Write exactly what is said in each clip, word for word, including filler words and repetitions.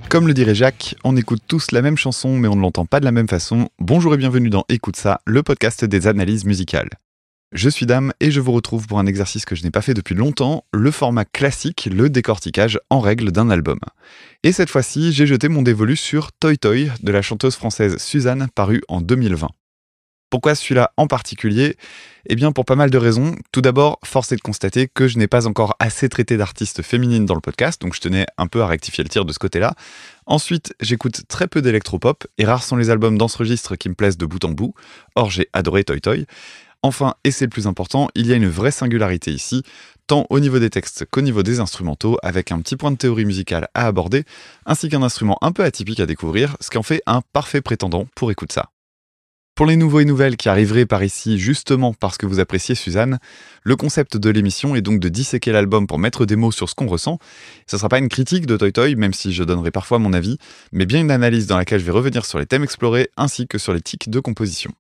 Comme le dirait Jacques, on écoute tous la même chanson mais on ne l'entend pas de la même façon. Bonjour et bienvenue dans Écoute ça, le podcast des analyses musicales. Je suis Dame et je vous retrouve pour un exercice que je n'ai pas fait depuis longtemps, le format classique, le décortiquage en règle d'un album. Et cette fois-ci, j'ai jeté mon dévolu sur Toy Toy de la chanteuse française Suzanne, paru en deux mille vingt. Pourquoi celui-là en particulier ? Eh bien pour pas mal de raisons. Tout d'abord, force est de constater que je n'ai pas encore assez traité d'artistes féminines dans le podcast, donc je tenais un peu à rectifier le tir de ce côté-là. Ensuite, j'écoute très peu d'électropop, et rares sont les albums dans ce registre qui me plaisent de bout en bout. Or, j'ai adoré Toy Toy. Enfin, et c'est le plus important, il y a une vraie singularité ici, tant au niveau des textes qu'au niveau des instrumentaux, avec un petit point de théorie musicale à aborder, ainsi qu'un instrument un peu atypique à découvrir, ce qui en fait un parfait prétendant pour Écoute ça. Pour les nouveaux et nouvelles qui arriveraient par ici justement parce que vous appréciez Suzanne, le concept de l'émission est donc de disséquer l'album pour mettre des mots sur ce qu'on ressent. Ce ne sera pas une critique de Toy Toy, même si je donnerai parfois mon avis, mais bien une analyse dans laquelle je vais revenir sur les thèmes explorés ainsi que sur les tics de composition.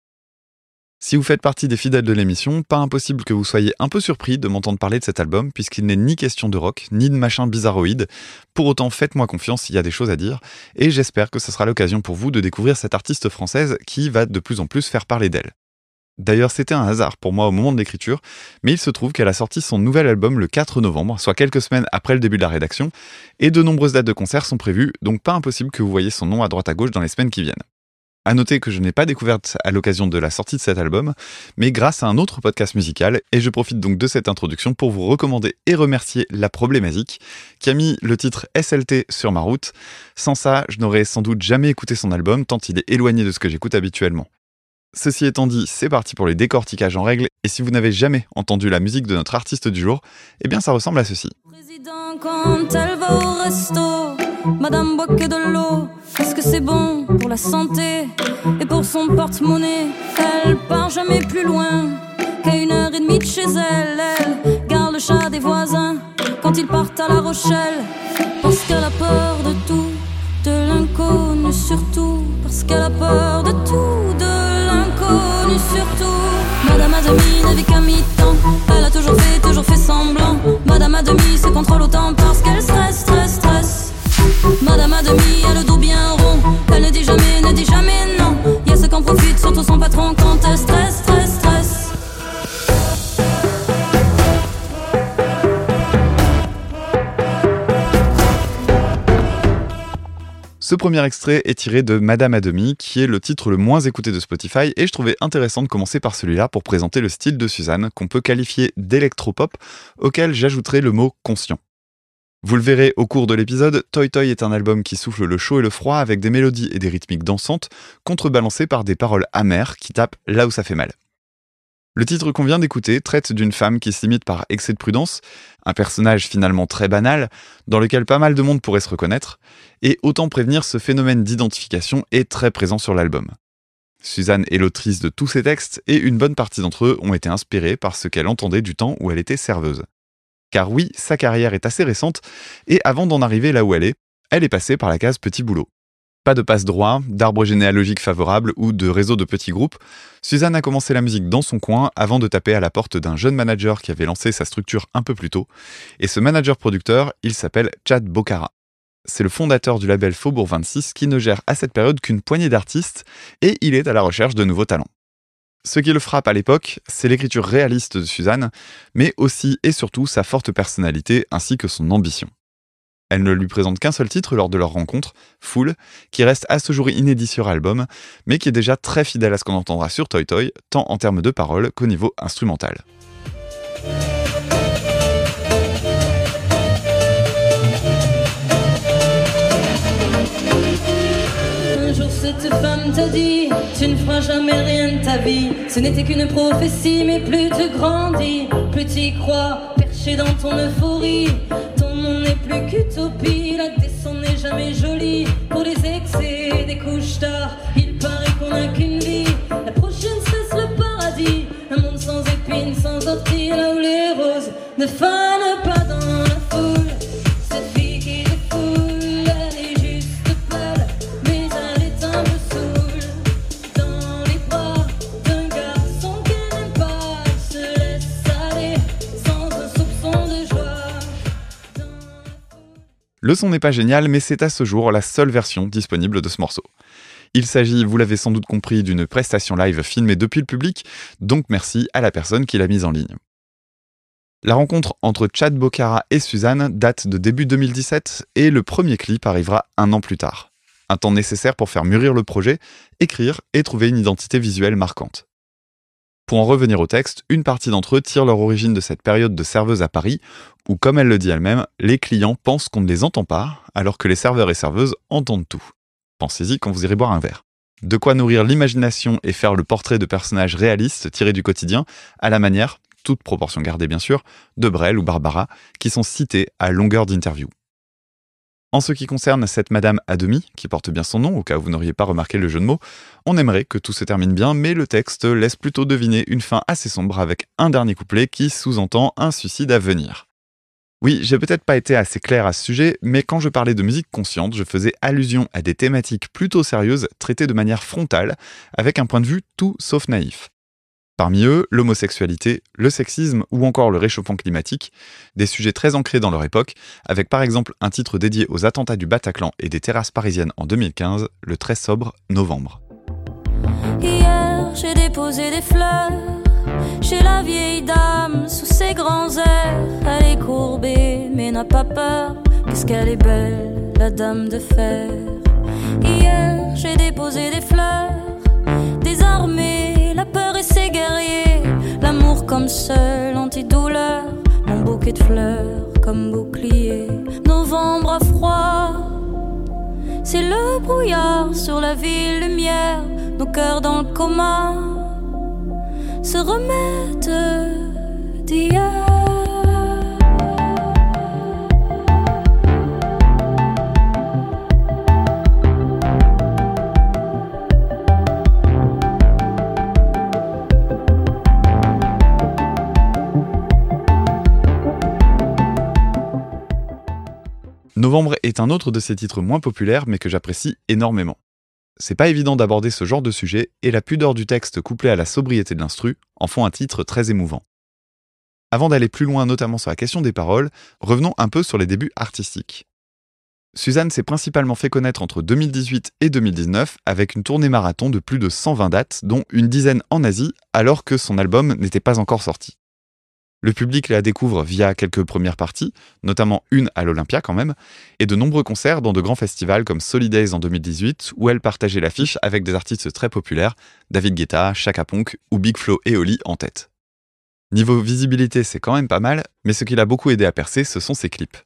Si vous faites partie des fidèles de l'émission, pas impossible que vous soyez un peu surpris de m'entendre parler de cet album, puisqu'il n'est ni question de rock, ni de machin bizarroïde. Pour autant, faites-moi confiance, il y a des choses à dire, et j'espère que ce sera l'occasion pour vous de découvrir cette artiste française qui va de plus en plus faire parler d'elle. D'ailleurs, c'était un hasard pour moi au moment de l'écriture, mais il se trouve qu'elle a sorti son nouvel album le quatre novembre, soit quelques semaines après le début de la rédaction, et de nombreuses dates de concerts sont prévues, donc pas impossible que vous voyez son nom à droite à gauche dans les semaines qui viennent. À noter que je n'ai pas découverte à l'occasion de la sortie de cet album, mais grâce à un autre podcast musical, et je profite donc de cette introduction pour vous recommander et remercier La Problématique, qui a mis le titre S L T sur ma route. Sans ça, je n'aurais sans doute jamais écouté son album, tant il est éloigné de ce que j'écoute habituellement. Ceci étant dit, c'est parti pour les décortiquages en règle, et si vous n'avez jamais entendu la musique de notre artiste du jour, eh bien ça ressemble à ceci. Président, quand elle va au resto, Madame boit que de l'eau, parce que c'est bon pour la santé et pour son porte-monnaie. Elle part jamais plus loin qu'à une heure et demie de chez elle. Elle garde le chat des voisins quand ils partent à La Rochelle, parce qu'elle a peur de tout, de l'inconnu surtout, parce qu'elle a peur de tout, de l'inconnu surtout. Madame à demi ne vit qu'à mi-temps, elle a toujours fait, toujours fait semblant. Madame à demi se contrôle autant parce qu'elle stresse, stresse, stresse. Madame à demi a le dos bien rond, elle ne dit jamais, ne dit jamais non. Y'a ceux qu'en profitent, surtout son patron quand elle stresse, stresse, stresse. Ce premier extrait est tiré de Madame à demi, qui est le titre le moins écouté de Spotify, et je trouvais intéressant de commencer par celui-là pour présenter le style de Suzanne, qu'on peut qualifier d'électropop, auquel j'ajouterai le mot conscient. Vous le verrez au cours de l'épisode, Toy Toy est un album qui souffle le chaud et le froid avec des mélodies et des rythmiques dansantes, contrebalancées par des paroles amères qui tapent là où ça fait mal. Le titre qu'on vient d'écouter traite d'une femme qui s'imite par excès de prudence, un personnage finalement très banal, dans lequel pas mal de monde pourrait se reconnaître, et autant prévenir ce phénomène d'identification est très présent sur l'album. Suzanne est l'autrice de tous ces textes, et une bonne partie d'entre eux ont été inspirés par ce qu'elle entendait du temps où elle était serveuse. Car oui, sa carrière est assez récente, et avant d'en arriver là où elle est, elle est passée par la case petit boulot. Pas de passe-droit, d'arbre généalogique favorable ou de réseau de petits groupes, Suzanne a commencé la musique dans son coin avant de taper à la porte d'un jeune manager qui avait lancé sa structure un peu plus tôt. Et ce manager-producteur, il s'appelle Chad Bocara. C'est le fondateur du label Faubourg vingt-six qui ne gère à cette période qu'une poignée d'artistes et il est à la recherche de nouveaux talents. Ce qui le frappe à l'époque, c'est l'écriture réaliste de Suzanne, mais aussi et surtout sa forte personnalité ainsi que son ambition. Elle ne lui présente qu'un seul titre lors de leur rencontre, Full, qui reste à ce jour inédit sur album, mais qui est déjà très fidèle à ce qu'on entendra sur Toy Toy, tant en termes de paroles qu'au niveau instrumental. Un jour cette femme t'a dit, tu ne feras jamais rien de ta vie. Ce n'était qu'une prophétie, mais plus tu grandis, plus tu y crois, perché dans ton euphorie. Ton nom n'est plus qu'utopie, la descente n'est jamais jolie. Pour les excès des couches tard, il paraît qu'on n'a qu'une vie. La prochaine cesse le paradis, un monde sans épines, sans orties, là où les roses ne fanent pas dans la foule. Cette fille qui défoule, elle est juste belle, mais elle est un peu saoule. Dans les bras d'un garçon qu'elle n'aime pas, elle se laisse aller sans un soupçon de joie. Le son n'est pas génial, mais c'est à ce jour la seule version disponible de ce morceau. Il s'agit, vous l'avez sans doute compris, d'une prestation live filmée depuis le public, donc merci à la personne qui l'a mise en ligne. La rencontre entre Chad Bocara et Suzanne date de début deux mille dix-sept et le premier clip arrivera un an plus tard. Un temps nécessaire pour faire mûrir le projet, écrire et trouver une identité visuelle marquante. Pour en revenir au texte, une partie d'entre eux tire leur origine de cette période de serveuse à Paris, où, comme elle le dit elle-même, les clients pensent qu'on ne les entend pas, alors que les serveurs et serveuses entendent tout. Pensez-y quand vous irez boire un verre. De quoi nourrir l'imagination et faire le portrait de personnages réalistes tirés du quotidien, à la manière, toute proportion gardée bien sûr, de Brel ou Barbara, qui sont cités à longueur d'interview. En ce qui concerne cette Madame à demi, qui porte bien son nom, au cas où vous n'auriez pas remarqué le jeu de mots, on aimerait que tout se termine bien, mais le texte laisse plutôt deviner une fin assez sombre avec un dernier couplet qui sous-entend un suicide à venir. Oui, j'ai peut-être pas été assez clair à ce sujet, mais quand je parlais de musique consciente, je faisais allusion à des thématiques plutôt sérieuses, traitées de manière frontale, avec un point de vue tout sauf naïf. Parmi eux, l'homosexualité, le sexisme ou encore le réchauffement climatique, des sujets très ancrés dans leur époque, avec par exemple un titre dédié aux attentats du Bataclan et des terrasses parisiennes en deux mille quinze, le très sobre Novembre. Hier, j'ai déposé des fleurs chez la vieille dame sous ses grands airs. Elle est courbée mais n'a pas peur. Qu'est-ce qu'elle est belle, la dame de fer. Hier, j'ai déposé des fleurs désarmées, la peur et ses guerriers, l'amour comme seul antidouleur, mon bouquet de fleurs comme bouclier. Novembre a froid, c'est le brouillard sur la ville lumière, nos cœurs dans le coma se remettent d'hier. Novembre est un autre de ces titres moins populaires mais que j'apprécie énormément. C'est pas évident d'aborder ce genre de sujet et la pudeur du texte couplée à la sobriété de l'instru en font un titre très émouvant. Avant d'aller plus loin notamment sur la question des paroles, revenons un peu sur les débuts artistiques. Suzanne s'est principalement fait connaître entre deux mille dix-huit et deux mille dix-neuf avec une tournée marathon de plus de cent vingt dates, dont une dizaine en Asie, alors que son album n'était pas encore sorti. Le public la découvre via quelques premières parties, notamment une à l'Olympia quand même, et de nombreux concerts dans de grands festivals comme Solidays en deux mille dix-huit, où elle partageait l'affiche avec des artistes très populaires, David Guetta, Chaka Ponk ou Big Flo et Oli en tête. Niveau visibilité, c'est quand même pas mal, mais ce qui l'a beaucoup aidé à percer, ce sont ses clips.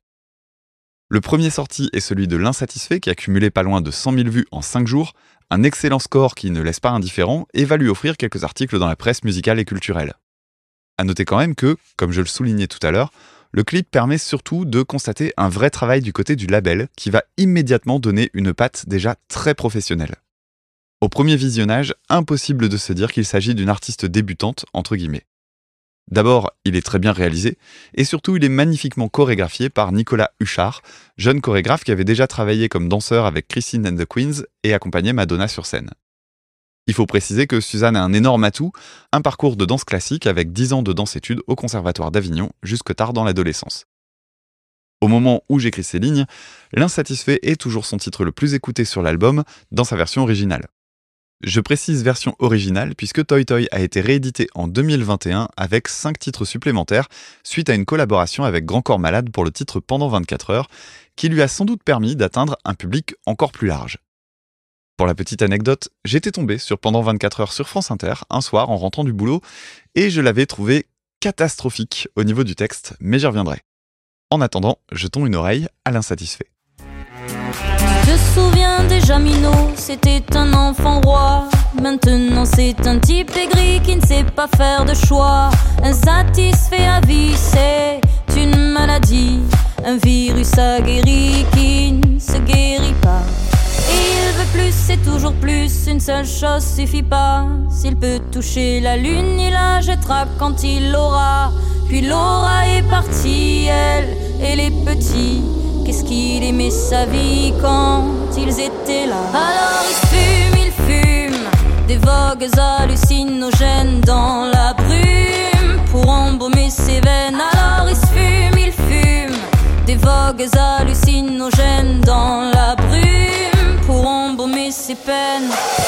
Le premier sorti est celui de L'Insatisfait, qui a cumulé pas loin de cent mille vues en cinq jours, un excellent score qui ne laisse pas indifférent et va lui offrir quelques articles dans la presse musicale et culturelle. À noter quand même que, comme je le soulignais tout à l'heure, le clip permet surtout de constater un vrai travail du côté du label qui va immédiatement donner une patte déjà très professionnelle. Au premier visionnage, impossible de se dire qu'il s'agit d'une artiste débutante, entre guillemets. D'abord, il est très bien réalisé, et surtout il est magnifiquement chorégraphié par Nicolas Huchard, jeune chorégraphe qui avait déjà travaillé comme danseur avec Christine and the Queens et accompagné Madonna sur scène. Il faut préciser que Suzanne a un énorme atout, un parcours de danse classique avec dix ans de danse-études au Conservatoire d'Avignon jusque tard dans l'adolescence. Au moment où j'écris ces lignes, L'Insatisfait est toujours son titre le plus écouté sur l'album dans sa version originale. Je précise version originale puisque Toy Toy a été réédité en deux mille vingt et un avec cinq titres supplémentaires suite à une collaboration avec Grand Corps Malade pour le titre Pendant vingt-quatre heures, qui lui a sans doute permis d'atteindre un public encore plus large. Pour la petite anecdote, j'étais tombé sur Pendant vingt-quatre heures sur France Inter un soir en rentrant du boulot et je l'avais trouvé catastrophique au niveau du texte, mais j'y reviendrai. En attendant, jetons une oreille à L'Insatisfait. Je me souviens déjà Minot, c'était un enfant roi. Maintenant c'est un type aigri qui ne sait pas faire de choix. Insatisfait à vie, c'est une maladie, un virus aguerri qui ne se guérit pas. Il veut plus, c'est toujours plus, une seule chose suffit pas. S'il peut toucher la lune, il la jettera quand il l'aura. Puis Laura est partie, elle et les petits. Qu'est-ce qu'il aimait sa vie quand ils étaient là. Alors il fume, il fume des vogues hallucinogènes dans la brume pour embaumer ses veines. Alors il fume, il fume des vogues hallucinogènes ses peines.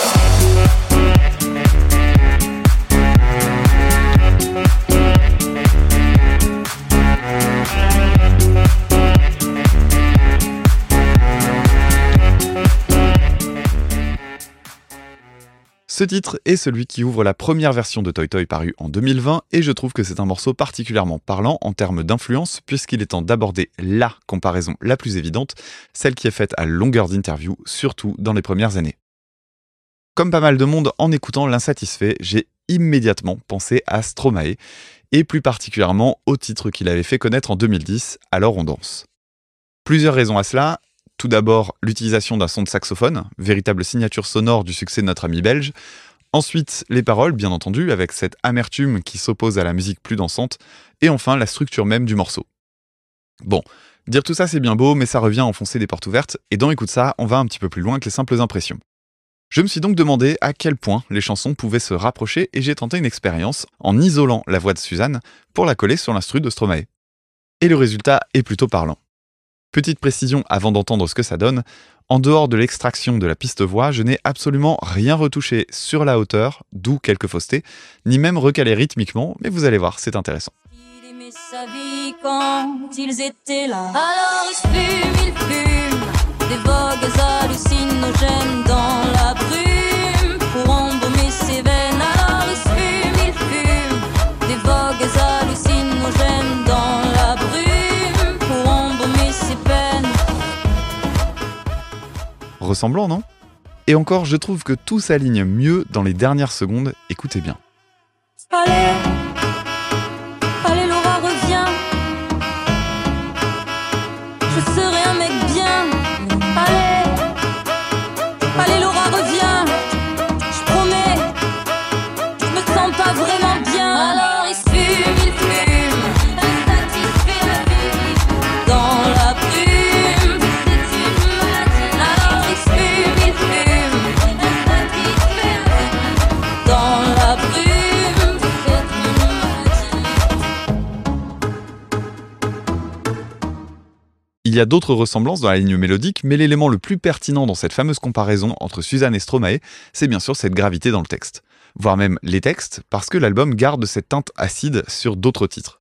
Ce titre est celui qui ouvre la première version de Toy Toy parue en deux mille vingt et je trouve que c'est un morceau particulièrement parlant en termes d'influence puisqu'il est temps d'aborder la comparaison la plus évidente, celle qui est faite à longueur d'interview, surtout dans les premières années. Comme pas mal de monde, en écoutant L'Insatisfait, j'ai immédiatement pensé à Stromae et plus particulièrement au titre qu'il avait fait connaître en deux mille dix, Alors on danse. Plusieurs raisons à cela. Tout d'abord, l'utilisation d'un son de saxophone, véritable signature sonore du succès de notre ami belge. Ensuite, les paroles, bien entendu, avec cette amertume qui s'oppose à la musique plus dansante. Et enfin, la structure même du morceau. Bon, dire tout ça c'est bien beau, mais ça revient à enfoncer des portes ouvertes, et dans Écoute ça, on va un petit peu plus loin que les simples impressions. Je me suis donc demandé à quel point les chansons pouvaient se rapprocher, et j'ai tenté une expérience en isolant la voix de Suzanne pour la coller sur l'instru de Stromae. Et le résultat est plutôt parlant. Petite précision avant d'entendre ce que ça donne, en dehors de l'extraction de la piste voix, je n'ai absolument rien retouché sur la hauteur, d'où quelques faussetés, ni même recalé rythmiquement, mais vous allez voir, c'est intéressant. Il aimait sa vie quand ils étaient là. Alors il fume, il fume, des vogues hallucinogènes dans la brume, pour embaumer ses veines. Alors il fume, il fume, des vogues hallucinogènes dans la brume, pour embaumer ses peines. Ressemblant, non ? Et encore, je trouve que tout s'aligne mieux dans les dernières secondes, écoutez bien. Allez, allez Laura, reviens. Je serai un mec bien. Allez, allez Laura, reviens. Je promets, je me sens pas vraiment bien. Alors il fume, il fume, insatisfait la vie dans la brume. Alors il fume, il fume, insatisfait la vie dans la brume. Il y a d'autres ressemblances dans la ligne mélodique, mais l'élément le plus pertinent dans cette fameuse comparaison entre Suzanne et Stromae, c'est bien sûr cette gravité dans le texte. Voire même les textes, parce que l'album garde cette teinte acide sur d'autres titres.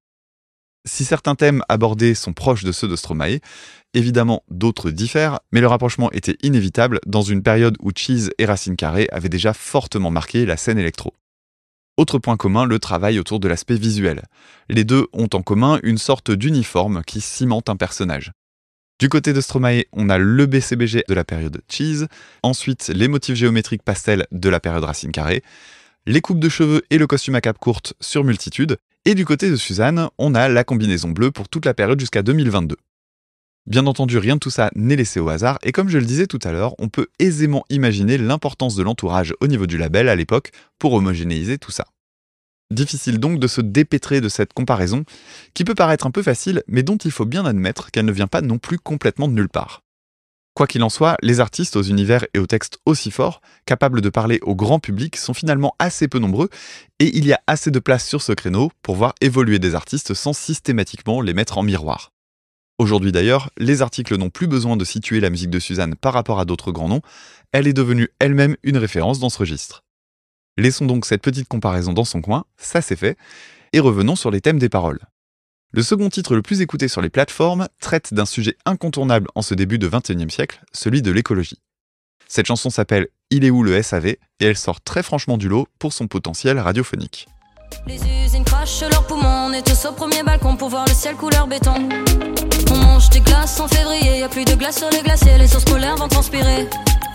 Si certains thèmes abordés sont proches de ceux de Stromae, évidemment d'autres diffèrent, mais le rapprochement était inévitable dans une période où Cheese et Racine Carrée avaient déjà fortement marqué la scène électro. Autre point commun, le travail autour de l'aspect visuel. Les deux ont en commun une sorte d'uniforme qui cimente un personnage. Du côté de Stromae, on a le B C B G de la période Cheese, ensuite les motifs géométriques pastels de la période Racine Carrée, les coupes de cheveux et le costume à cape courte sur Multitude, et du côté de Suzanne, on a la combinaison bleue pour toute la période jusqu'à deux mille vingt-deux. Bien entendu, rien de tout ça n'est laissé au hasard, et comme je le disais tout à l'heure, on peut aisément imaginer l'importance de l'entourage au niveau du label à l'époque pour homogénéiser tout ça. Difficile donc de se dépêtrer de cette comparaison, qui peut paraître un peu facile, mais dont il faut bien admettre qu'elle ne vient pas non plus complètement de nulle part. Quoi qu'il en soit, les artistes aux univers et aux textes aussi forts, capables de parler au grand public, sont finalement assez peu nombreux, et il y a assez de place sur ce créneau pour voir évoluer des artistes sans systématiquement les mettre en miroir. Aujourd'hui d'ailleurs, les articles n'ont plus besoin de situer la musique de Suzanne par rapport à d'autres grands noms, elle est devenue elle-même une référence dans ce registre. Laissons donc cette petite comparaison dans son coin, ça c'est fait, et revenons sur les thèmes des paroles. Le second titre le plus écouté sur les plateformes traite d'un sujet incontournable en ce début de vingt et unième siècle, celui de l'écologie. Cette chanson s'appelle « Il est où le S A V » et elle sort très franchement du lot pour son potentiel radiophonique. Les usines crachent leurs poumons, on est tous au premier balcon pour voir le ciel couleur béton. On mange des glaces en février, y a plus de glace sur les glaciers, les sources polaires vont transpirer.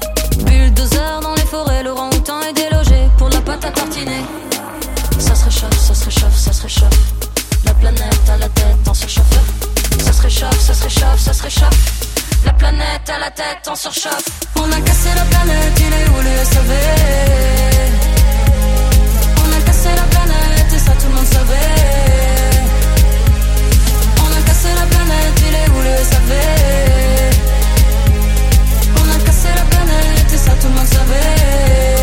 Bulldozer dans les forêts, l'orang-outan est délogé pour de la pâte à tartiner. Ça se réchauffe, ça se réchauffe, ça se réchauffe. La planète à la tête en surchauffe. Ça se réchauffe, ça se réchauffe, ça se réchauffe. La planète à la tête en surchauffe. On a cassé la planète, il est où le S A V? On a cassé la planète et ça tout le monde savait. On a cassé la planète, il est où le S A V? On a cassé la planète et ça tout le monde savait.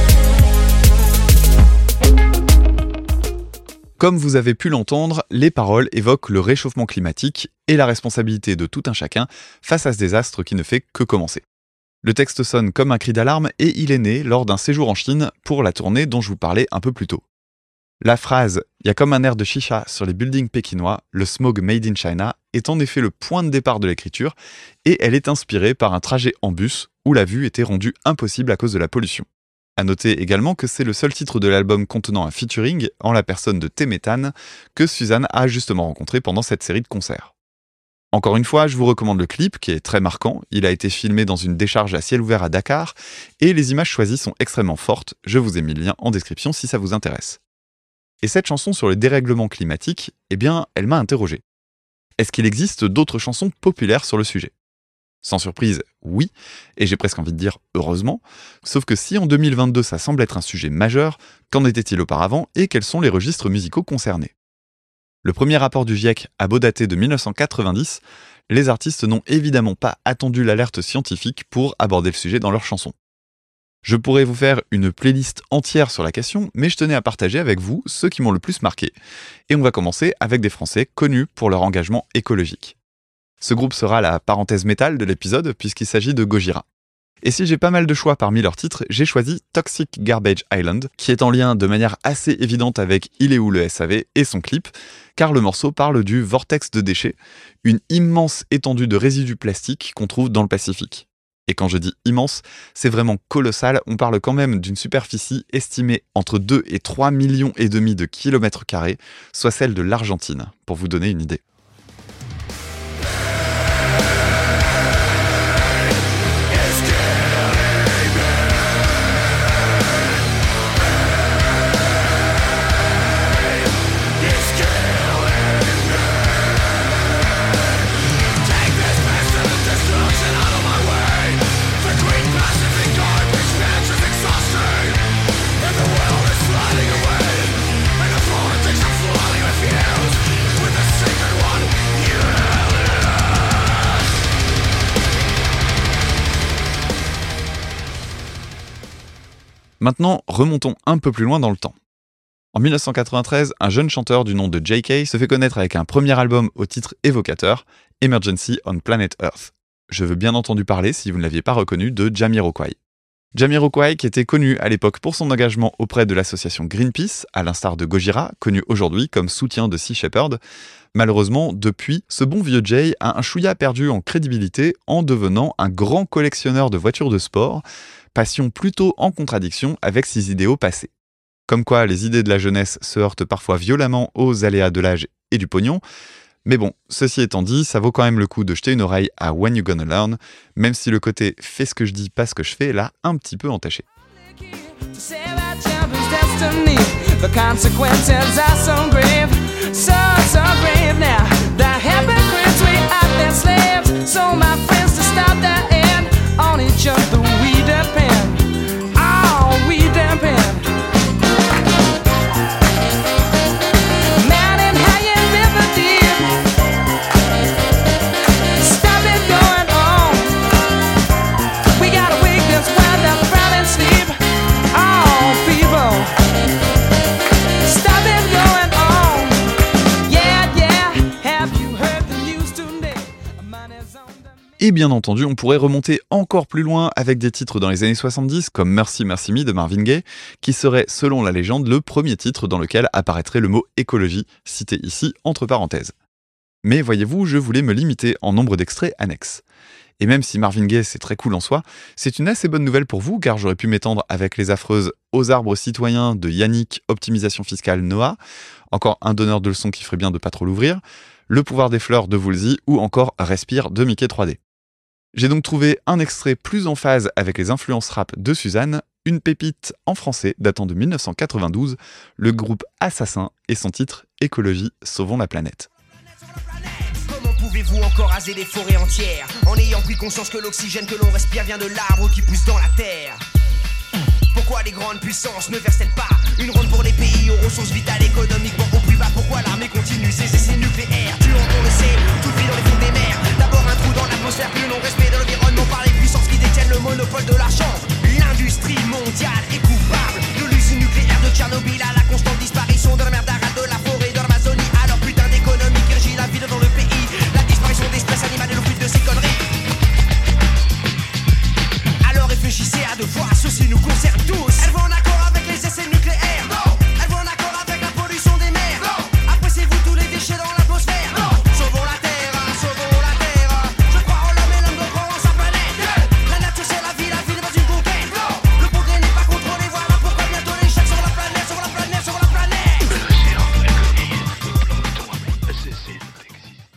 Comme vous avez pu l'entendre, les paroles évoquent le réchauffement climatique et la responsabilité de tout un chacun face à ce désastre qui ne fait que commencer. Le texte sonne comme un cri d'alarme et il est né lors d'un séjour en Chine pour la tournée dont je vous parlais un peu plus tôt. La phrase « y a comme un air de chicha sur les buildings pékinois, le smog made in China » est en effet le point de départ de l'écriture et elle est inspirée par un trajet en bus où la vue était rendue impossible à cause de la pollution. À noter également que c'est le seul titre de l'album contenant un featuring en la personne de T-Méthane que Suzanne a justement rencontré pendant cette série de concerts. Encore une fois, je vous recommande le clip qui est très marquant, il a été filmé dans une décharge à ciel ouvert à Dakar et les images choisies sont extrêmement fortes, je vous ai mis le lien en description si ça vous intéresse. Et cette chanson sur le dérèglement climatique, eh bien, elle m'a interrogé. Est-ce qu'il existe d'autres chansons populaires sur le sujet ? Sans surprise, oui, et j'ai presque envie de dire heureusement, sauf que si en deux mille vingt-deux ça semble être un sujet majeur, qu'en était-il auparavant et quels sont les registres musicaux concernés ? Le premier rapport du GIEC a beau dater de mille neuf cent quatre-vingt-dix, les artistes n'ont évidemment pas attendu l'alerte scientifique pour aborder le sujet dans leurs chansons. Je pourrais vous faire une playlist entière sur la question, mais je tenais à partager avec vous ceux qui m'ont le plus marqué. Et on va commencer avec des Français connus pour leur engagement écologique. Ce groupe sera la parenthèse métal de l'épisode puisqu'il s'agit de Gojira. Et si j'ai pas mal de choix parmi leurs titres, j'ai choisi Toxic Garbage Island, qui est en lien de manière assez évidente avec Il est où le S A V et son clip, car le morceau parle du vortex de déchets, une immense étendue de résidus plastiques qu'on trouve dans le Pacifique. Et quand je dis immense, c'est vraiment colossal, on parle quand même d'une superficie estimée entre deux et trois millions et demi de kilomètres carrés, soit celle de l'Argentine, pour vous donner une idée. Maintenant, remontons un peu plus loin dans le temps. En mille neuf cent quatre-vingt-treize, un jeune chanteur du nom de J K se fait connaître avec un premier album au titre évocateur, Emergency on Planet Earth. Je veux bien entendu parler, si vous ne l'aviez pas reconnu, de Jamiroquai. Jamiroquai qui était connu à l'époque pour son engagement auprès de l'association Greenpeace, à l'instar de Gojira, connu aujourd'hui comme soutien de Sea Shepherd. Malheureusement, depuis, ce bon vieux Jay a un chouïa perdu en crédibilité en devenant un grand collectionneur de voitures de sport, passion plutôt en contradiction avec ses idéaux passés. Comme quoi, les idées de la jeunesse se heurtent parfois violemment aux aléas de l'âge et du pognon. Mais bon, ceci étant dit, ça vaut quand même le coup de jeter une oreille à When You Gonna Learn, même si le côté « fais ce que je dis, pas ce que je fais » l'a un petit peu entaché. Et bien entendu, on pourrait remonter encore plus loin avec des titres dans les années soixante-dix, comme Mercy Mercy Me de Marvin Gaye, qui serait, selon la légende, le premier titre dans lequel apparaîtrait le mot écologie, cité ici entre parenthèses. Mais voyez-vous, je voulais me limiter en nombre d'extraits annexes. Et même si Marvin Gaye c'est très cool en soi, c'est une assez bonne nouvelle pour vous, car j'aurais pu m'étendre avec les affreuses Aux arbres citoyens de Yannick, Optimisation fiscale Noah, encore un donneur de leçons qui ferait bien de pas trop l'ouvrir, Le pouvoir des fleurs de Woolsey ou encore Respire de Mickey trois D. J'ai donc trouvé un extrait plus en phase avec les influences rap de Suzanne, une pépite en français datant de mille neuf cent quatre-vingt-douze, le groupe Assassin et son titre « Écologie, sauvons la planète ». Comment pouvez-vous encore raser des forêts entières en ayant pris conscience que l'oxygène que l'on respire vient de l'arbre qui pousse dans la terre ? Pourquoi les grandes puissances ne versent-elles pas une ronde pour les pays aux ressources vitales économiquement au plus bas ? Pourquoi l'armée continue ses essais nucléaires, tuant, on le sait, toute vie dans les fonds des mers ? D'abord un trou dans l'atmosphère, plus non-respect de l'environnement par les puissances qui détiennent le monopole de l'argent. L'industrie mondiale est coupable de l'usine nucléaire de Tchernobyl à la constante disparition de la mer d'Aral, de la forêt, de l'Amazonie. Alors putain d'économie qui régit la vie dans le pays, la disparition d'espèces animales et le fruit de ces conneries.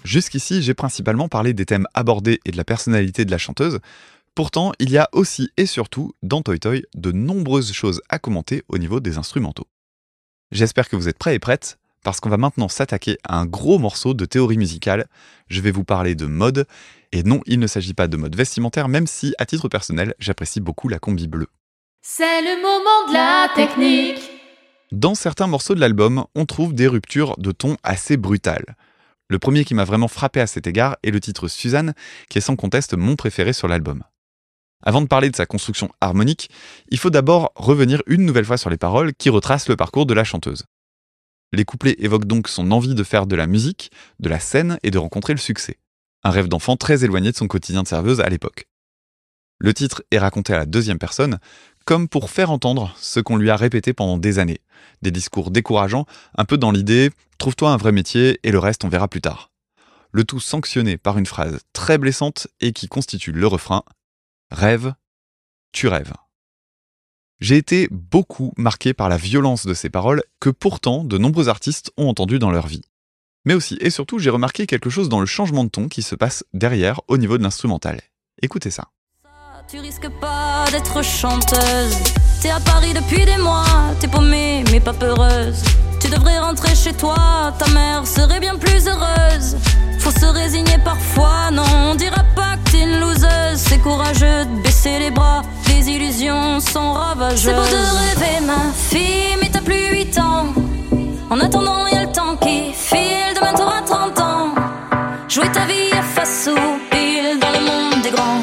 Jusqu'ici, j'ai principalement parlé des thèmes abordés et de la personnalité de la chanteuse. Pourtant, il y a aussi et surtout, dans Toy Toy, de nombreuses choses à commenter au niveau des instrumentaux. J'espère que vous êtes prêts et prêtes, parce qu'on va maintenant s'attaquer à un gros morceau de théorie musicale. Je vais vous parler de mode, et non, il ne s'agit pas de mode vestimentaire, même si, à titre personnel, j'apprécie beaucoup la combi bleue. C'est le moment de la technique. Dans certains morceaux de l'album, on trouve des ruptures de ton assez brutales. Le premier qui m'a vraiment frappé à cet égard est le titre Suzanne, qui est sans conteste mon préféré sur l'album. Avant de parler de sa construction harmonique, il faut d'abord revenir une nouvelle fois sur les paroles qui retracent le parcours de la chanteuse. Les couplets évoquent donc son envie de faire de la musique, de la scène et de rencontrer le succès. Un rêve d'enfant très éloigné de son quotidien de serveuse à l'époque. Le titre est raconté à la deuxième personne, comme pour faire entendre ce qu'on lui a répété pendant des années. Des discours décourageants, un peu dans l'idée « trouve-toi un vrai métier et le reste on verra plus tard ». Le tout sanctionné par une phrase très blessante et qui constitue le refrain « Rêve, tu rêves ». J'ai été beaucoup marqué par la violence de ces paroles que pourtant de nombreux artistes ont entendues dans leur vie. Mais aussi et surtout, j'ai remarqué quelque chose dans le changement de ton qui se passe derrière au niveau de l'instrumental. Écoutez ça. Tu risques pas d'être chanteuse. T'es à Paris depuis des mois, t'es paumée mais pas peureuse. Tu devrais rentrer chez toi, ta mère serait bien plus heureuse. Faut se résigner parfois, non, on dira pas que t'es une loseuse. C'est courageux de baisser les bras, les illusions sont ravageuses. C'est beau de rêver ma fille, mais t'as plus huit ans. En attendant y'a le temps qui file, demain t'auras trente ans. Jouer ta vie à face ou pile dans le monde des grands.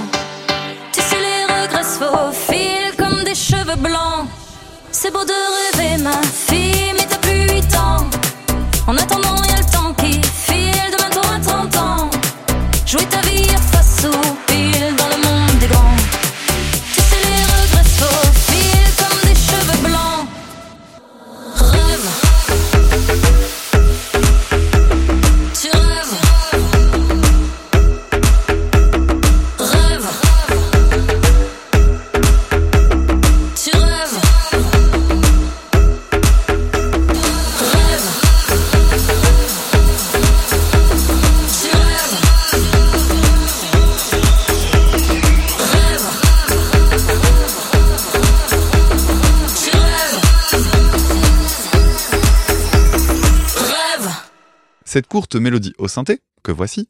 Faufile comme des cheveux blancs. C'est beau de rêver ma fille, mais t'as plus huit ans. En attendant y'a le temps qui file, demain t'auras trente ans. Jouer ta vie à face ou pile dans le monde des grands. Tu sais les regrets se faufilent comme des cheveux blancs. Rêve, tu rêves. Cette courte mélodie au synthé, que voici,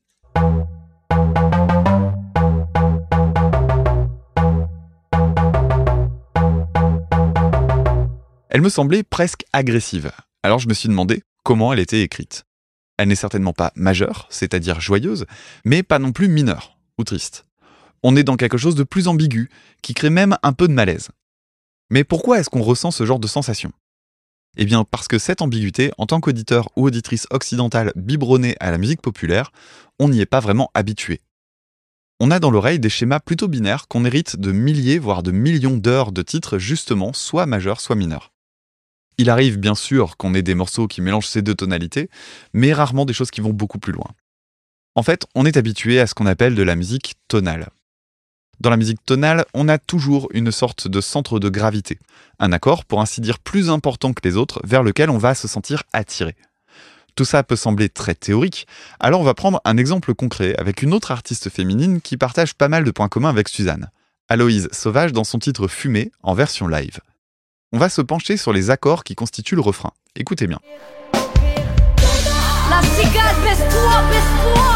elle me semblait presque agressive. Alors je me suis demandé comment elle était écrite. Elle n'est certainement pas majeure, c'est-à-dire joyeuse, mais pas non plus mineure ou triste. On est dans quelque chose de plus ambigu, qui crée même un peu de malaise. Mais pourquoi est-ce qu'on ressent ce genre de sensation ? Eh bien parce que cette ambiguïté, en tant qu'auditeur ou auditrice occidentale biberonnée à la musique populaire, on n'y est pas vraiment habitué. On a dans l'oreille des schémas plutôt binaires qu'on hérite de milliers, voire de millions d'heures de titres justement soit majeurs, soit mineurs. Il arrive bien sûr qu'on ait des morceaux qui mélangent ces deux tonalités, mais rarement des choses qui vont beaucoup plus loin. En fait, on est habitué à ce qu'on appelle de la musique tonale. Dans la musique tonale, on a toujours une sorte de centre de gravité, un accord pour ainsi dire plus important que les autres vers lequel on va se sentir attiré. Tout ça peut sembler très théorique, alors on va prendre un exemple concret avec une autre artiste féminine qui partage pas mal de points communs avec Suzanne, Aloïse Sauvage dans son titre Fumée en version live. On va se pencher sur les accords qui constituent le refrain. Écoutez bien. La cigale, baisse-toi, baisse-toi.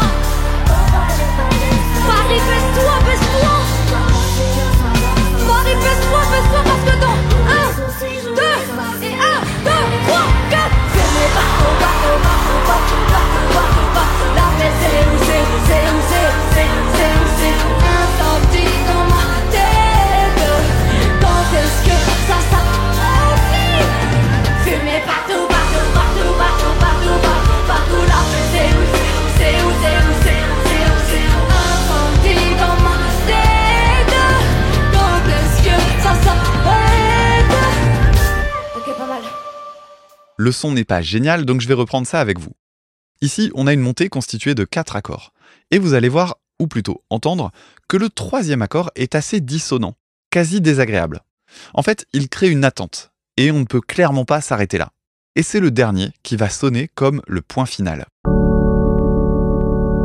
Paris, baisse-toi, baisse-toi. Paris, baisse-toi, baisse-toi, parce que dans un, deux, et un, deux, trois, quatre. Fumez partout, partout, partout, partout, partout, partout, partout. La paix, c'est où, c'est où, c'est où, c'est où, c'est où, c'est où, c'est où. Incendie dans ma tête. Quand est-ce que ça s'arrête? Fumez partout, partout, partout, partout, partout, partout, partout. La paix, c'est où, c'est où, c'est où, c'est où, c'est où, c'est où. Incendie dans ma tête. Quand est-ce que ça s'arrête? Ok, pas mal. Le son n'est pas génial, donc je vais reprendre ça avec vous. Ici, on a une montée constituée de quatre accords. Et vous allez voir, ou plutôt entendre, que le troisième accord est assez dissonant, quasi désagréable. En fait, il crée une attente, et on ne peut clairement pas s'arrêter là. Et c'est le dernier qui va sonner comme le point final.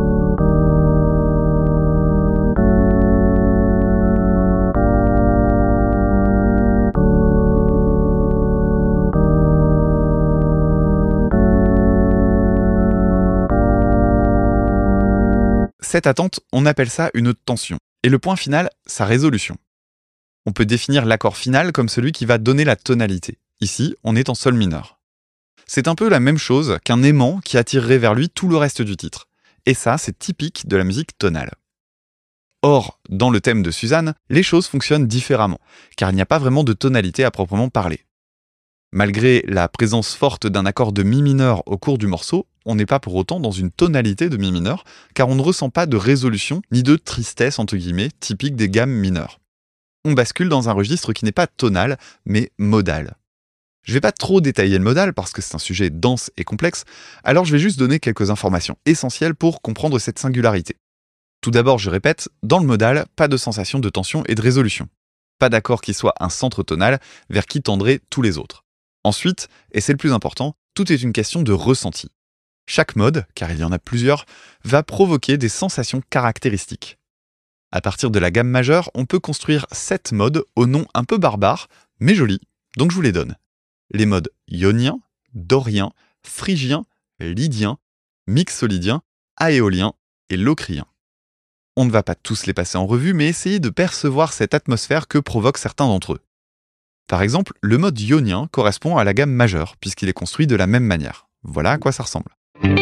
Cette attente, on appelle ça une tension. Et le point final, sa résolution. On peut définir l'accord final comme celui qui va donner la tonalité. Ici, on est en sol mineur. C'est un peu la même chose qu'un aimant qui attirerait vers lui tout le reste du titre. Et ça, c'est typique de la musique tonale. Or, dans le thème de Suzanne, les choses fonctionnent différemment, car il n'y a pas vraiment de tonalité à proprement parler. Malgré la présence forte d'un accord de mi mineur au cours du morceau, on n'est pas pour autant dans une tonalité de mi mineur, car on ne ressent pas de résolution ni de tristesse entre guillemets typique des gammes mineures. On bascule dans un registre qui n'est pas tonal, mais modal. Je ne vais pas trop détailler le modal parce que c'est un sujet dense et complexe, alors je vais juste donner quelques informations essentielles pour comprendre cette singularité. Tout d'abord, je répète, dans le modal, pas de sensation de tension et de résolution. Pas d'accord qui soit un centre tonal vers qui tendraient tous les autres. Ensuite, et c'est le plus important, tout est une question de ressenti. Chaque mode, car il y en a plusieurs, va provoquer des sensations caractéristiques. À partir de la gamme majeure, on peut construire sept modes au nom un peu barbare, mais jolis, donc je vous les donne. Les modes ionien, dorien, phrygien, lydien, mixolydien, aéolien et locrien. On ne va pas tous les passer en revue, mais essayez de percevoir cette atmosphère que provoquent certains d'entre eux. Par exemple, le mode ionien correspond à la gamme majeure, puisqu'il est construit de la même manière. Voilà à quoi ça ressemble.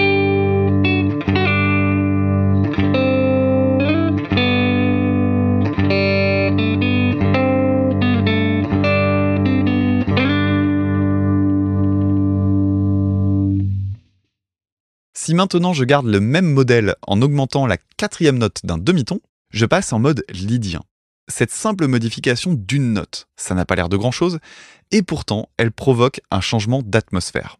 Si maintenant je garde le même modèle en augmentant la quatrième note d'un demi-ton, je passe en mode lydien. Cette simple modification d'une note, ça n'a pas l'air de grand-chose, et pourtant elle provoque un changement d'atmosphère.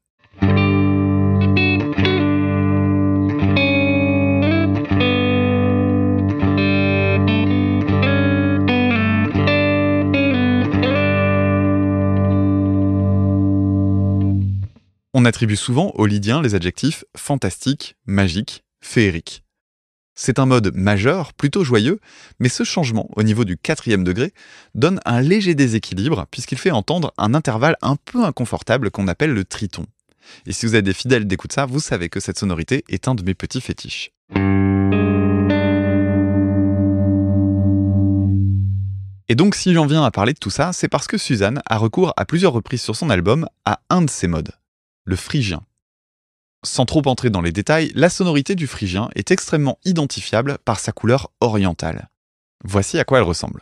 On attribue souvent au lydien les adjectifs fantastique, magique, féerique. C'est un mode majeur, plutôt joyeux, mais ce changement au niveau du quatrième degré donne un léger déséquilibre puisqu'il fait entendre un intervalle un peu inconfortable qu'on appelle le triton. Et si vous êtes des fidèles d'Écoute ça, vous savez que cette sonorité est un de mes petits fétiches. Et donc si j'en viens à parler de tout ça, c'est parce que Suzanne a recours à plusieurs reprises sur son album à un de ces modes, le phrygien. Sans trop entrer dans les détails, la sonorité du phrygien est extrêmement identifiable par sa couleur orientale. Voici à quoi elle ressemble.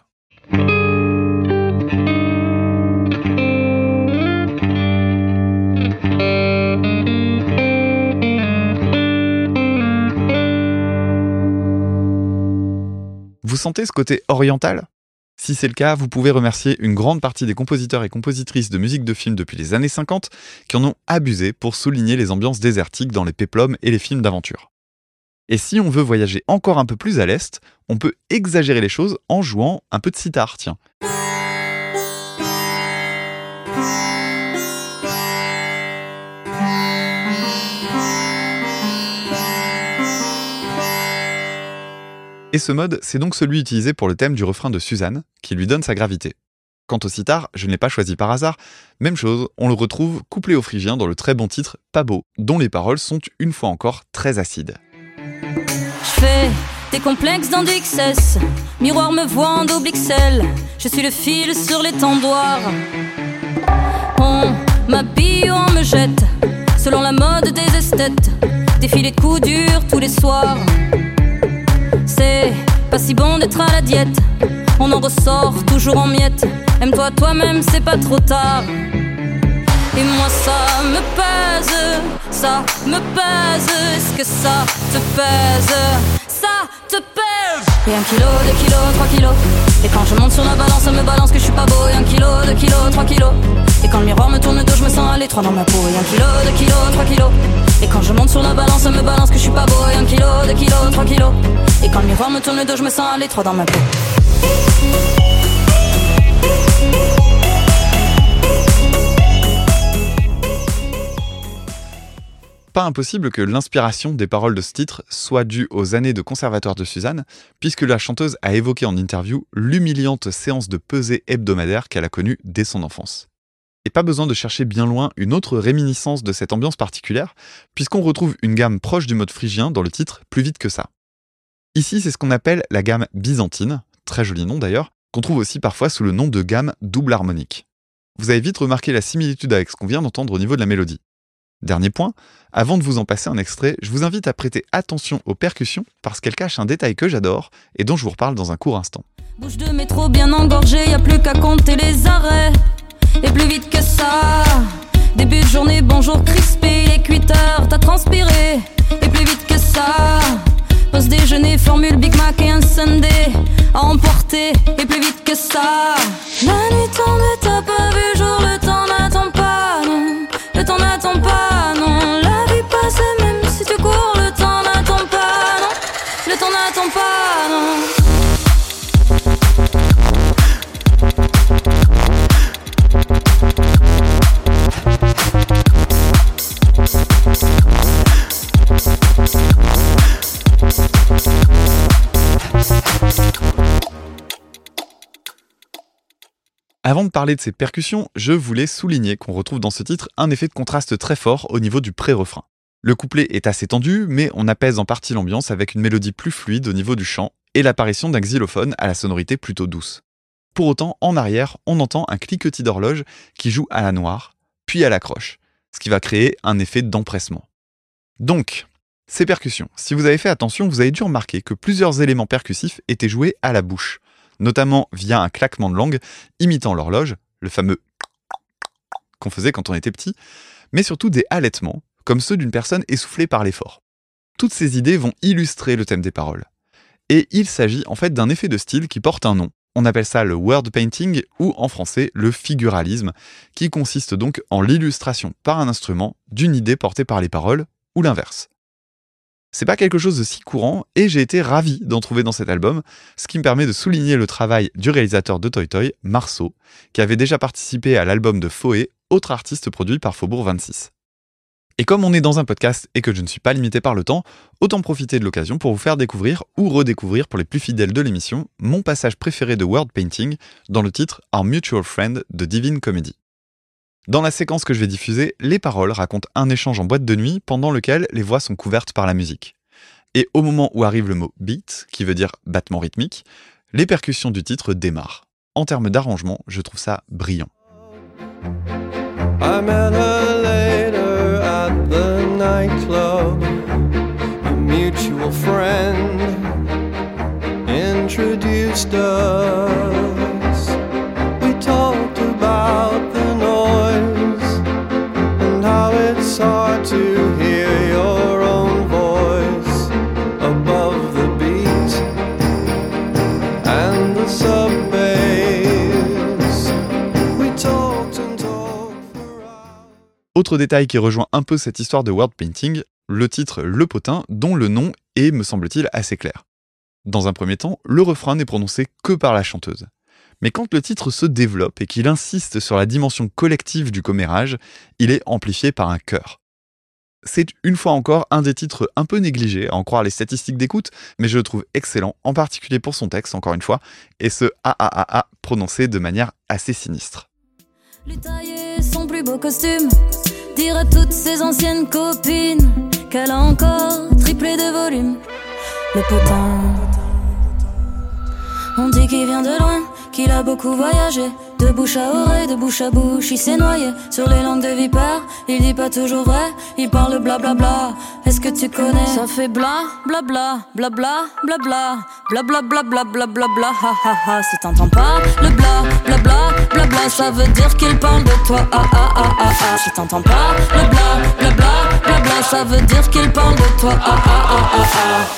Vous sentez ce côté oriental ? Si c'est le cas, vous pouvez remercier une grande partie des compositeurs et compositrices de musique de film depuis les années cinquante qui en ont abusé pour souligner les ambiances désertiques dans les péplums et les films d'aventure. Et si on veut voyager encore un peu plus à l'est, on peut exagérer les choses en jouant un peu de sitar, tiens. Et ce mode, c'est donc celui utilisé pour le thème du refrain de Suzanne, qui lui donne sa gravité. Quant au sitar, je ne l'ai pas choisi par hasard, même chose, on le retrouve couplé au phrygien dans le très bon titre Pas beau, dont les paroles sont une fois encore très acides. Je fais des complexes dans du X S, miroir me voit en double X L, je suis le fil sur l'étendoir. On m'habille ou on me jette, selon la mode des esthètes, défilé de coups durs tous les soirs. C'est pas si bon d'être à la diète, on en ressort toujours en miettes. Aime-toi toi-même, c'est pas trop tard. Et moi ça me pèse, ça me pèse. Est-ce que ça te pèse? Ça te pèse. Et un kilo, deux kilos, trois kilos. Et quand je monte sur la balance, ça me balance que je suis pas beau. Et un kilo, deux kilos, trois kilos. Et quand le miroir me tourne le dos, je me sens aller trois dans ma peau. Et un kilo, deux kilos, trois kilos. Et quand je monte sur la balance, ça me balance que je suis pas beau. Et un kilo, deux kilos, trois kilos. Et quand le miroir me tourne le dos, je me sens aller trois dans ma peau. Pas impossible que l'inspiration des paroles de ce titre soit due aux années de conservatoire de Suzanne, puisque la chanteuse a évoqué en interview l'humiliante séance de pesée hebdomadaire qu'elle a connue dès son enfance. Et pas besoin de chercher bien loin une autre réminiscence de cette ambiance particulière, puisqu'on retrouve une gamme proche du mode phrygien dans le titre Plus vite que ça. Ici, c'est ce qu'on appelle la gamme byzantine, très joli nom d'ailleurs, qu'on trouve aussi parfois sous le nom de gamme double harmonique. Vous avez vite remarqué la similitude avec ce qu'on vient d'entendre au niveau de la mélodie. Dernier point, avant de vous en passer un extrait, je vous invite à prêter attention aux percussions parce qu'elles cachent un détail que j'adore et dont je vous reparle dans un court instant. Bouche de métro bien engorgée, y a plus qu'à compter les arrêts. Et plus vite que ça, début de journée, bonjour crispé, il est huit heures, t'as transpiré. Et plus vite que ça, pause déjeuner, formule Big Mac et un Sunday à emporter. Et plus vite que ça, la nuit tombe et t'as pas vu jour, le temps n'attend pas, non. Le temps n'attend pas, non. La vie passe même si tu cours, le temps n'attend pas, non. Le temps n'attend pas, non. Avant de parler de ces percussions, je voulais souligner qu'on retrouve dans ce titre un effet de contraste très fort au niveau du pré-refrain. Le couplet est assez tendu, mais on apaise en partie l'ambiance avec une mélodie plus fluide au niveau du chant et l'apparition d'un xylophone à la sonorité plutôt douce. Pour autant, en arrière, on entend un cliquetis d'horloge qui joue à la noire, puis à la croche, ce qui va créer un effet d'empressement. Donc, ces percussions, si vous avez fait attention, vous avez dû remarquer que plusieurs éléments percussifs étaient joués à la bouche, notamment via un claquement de langue imitant l'horloge, le fameux qu'on faisait quand on était petit, mais surtout des halètements, comme ceux d'une personne essoufflée par l'effort. Toutes ces idées vont illustrer le thème des paroles. Et il s'agit en fait d'un effet de style qui porte un nom. On appelle ça le word painting ou en français le figuralisme, qui consiste donc en l'illustration par un instrument d'une idée portée par les paroles ou l'inverse. C'est pas quelque chose de si courant et j'ai été ravi d'en trouver dans cet album, ce qui me permet de souligner le travail du réalisateur de Toy Toy, Marceau, qui avait déjà participé à l'album de Foé, autre artiste produit par Faubourg vingt-six. Et comme on est dans un podcast et que je ne suis pas limité par le temps, autant profiter de l'occasion pour vous faire découvrir ou redécouvrir pour les plus fidèles de l'émission mon passage préféré de word painting dans le titre Our Mutual Friend de Divine Comedy. Dans la séquence que je vais diffuser, les paroles racontent un échange en boîte de nuit pendant lequel les voix sont couvertes par la musique. Et au moment où arrive le mot beat, qui veut dire battement rythmique, les percussions du titre démarrent. En termes d'arrangement, je trouve ça brillant. I met her later at the nightclub. A mutual friend introduced us. We talked about the noise and how it's hard to hear your own voice above the beat and the sub bass. We talked and talked for hours. Autre détail qui rejoint un peu cette histoire de word painting, le titre Le Potin, dont le nom est, me semble-t-il, assez clair. Dans un premier temps, le refrain n'est prononcé que par la chanteuse. Mais quand le titre se développe et qu'il insiste sur la dimension collective du commérage, il est amplifié par un chœur. C'est une fois encore un des titres un peu négligés, à en croire les statistiques d'écoute, mais je le trouve excellent, en particulier pour son texte, encore une fois, et ce A A A A prononcé de manière assez sinistre. Lui tailler son plus beau costume, dire à toutes ses anciennes copines qu'elle a encore triplé de volume. Le potin, on dit qu'il vient de loin, qu'il a beaucoup voyagé, de bouche à oreille, de bouche à bouche, il s'est noyé sur les langues de vipère. Il dit pas toujours vrai, il parle blablabla. Bla bla. Est-ce que tu connais? Ça fait bla bla bla bla bla bla bla bla bla bla bla bla bla bla ha ha ha. Si t'entends pas le bla bla bla bla bla, ça veut dire qu'il parle de toi. Ah ah ah ah ah. Si t'entends pas le bla bla bla bla bla, ça veut dire qu'il parle de toi. Ah ah ah ah ah.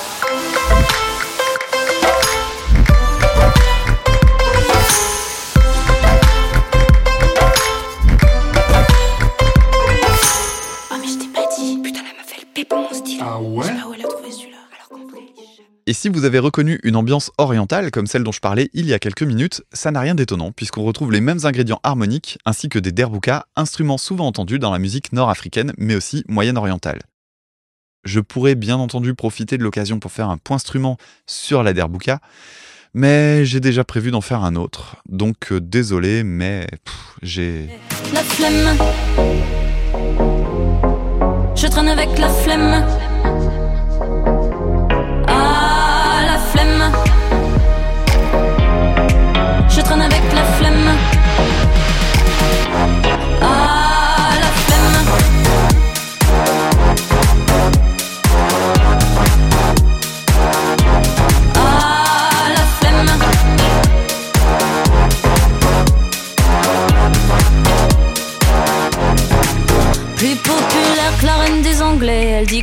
Et si vous avez reconnu une ambiance orientale comme celle dont je parlais il y a quelques minutes, ça n'a rien d'étonnant puisqu'on retrouve les mêmes ingrédients harmoniques ainsi que des derboukas, instruments souvent entendus dans la musique nord-africaine mais aussi moyenne-orientale. Je pourrais bien entendu profiter de l'occasion pour faire un point instrument sur la derbouka, mais j'ai déjà prévu d'en faire un autre, donc euh, désolé mais pff, j'ai... La flemme, je traîne avec la flemme. Ah, la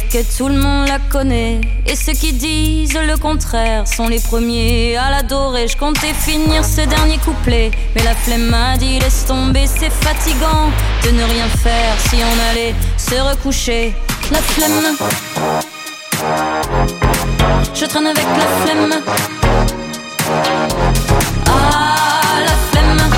que tout le monde la connaît. Et ceux qui disent le contraire sont les premiers à l'adorer. Je comptais finir ce dernier couplet, mais la flemme m'a dit laisse tomber, c'est fatigant de ne rien faire si on allait se recoucher. La flemme, je traîne avec la flemme. Ah, la flemme,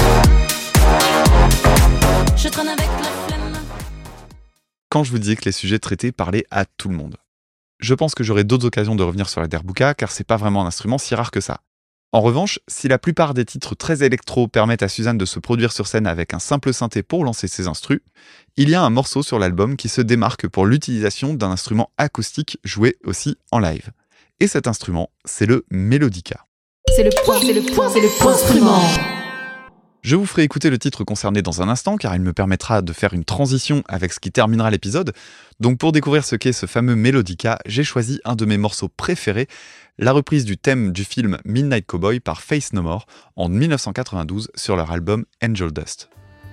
je traîne avec la flemme. Quand je vous disais que les sujets traités parlaient à tout le monde. Je pense que j'aurai d'autres occasions de revenir sur la derbuka, car c'est pas vraiment un instrument si rare que ça. En revanche, si la plupart des titres très électro permettent à Suzanne de se produire sur scène avec un simple synthé pour lancer ses instrus, il y a un morceau sur l'album qui se démarque pour l'utilisation d'un instrument acoustique joué aussi en live. Et cet instrument, c'est le mélodica. C'est le point, c'est le point, c'est le point instrument. Je vous ferai écouter le titre concerné dans un instant, car il me permettra de faire une transition avec ce qui terminera l'épisode. Donc pour découvrir ce qu'est ce fameux mélodica, j'ai choisi un de mes morceaux préférés, la reprise du thème du film Midnight Cowboy par Faith No More en dix-neuf cent quatre-vingt-douze sur leur album Angel Dust.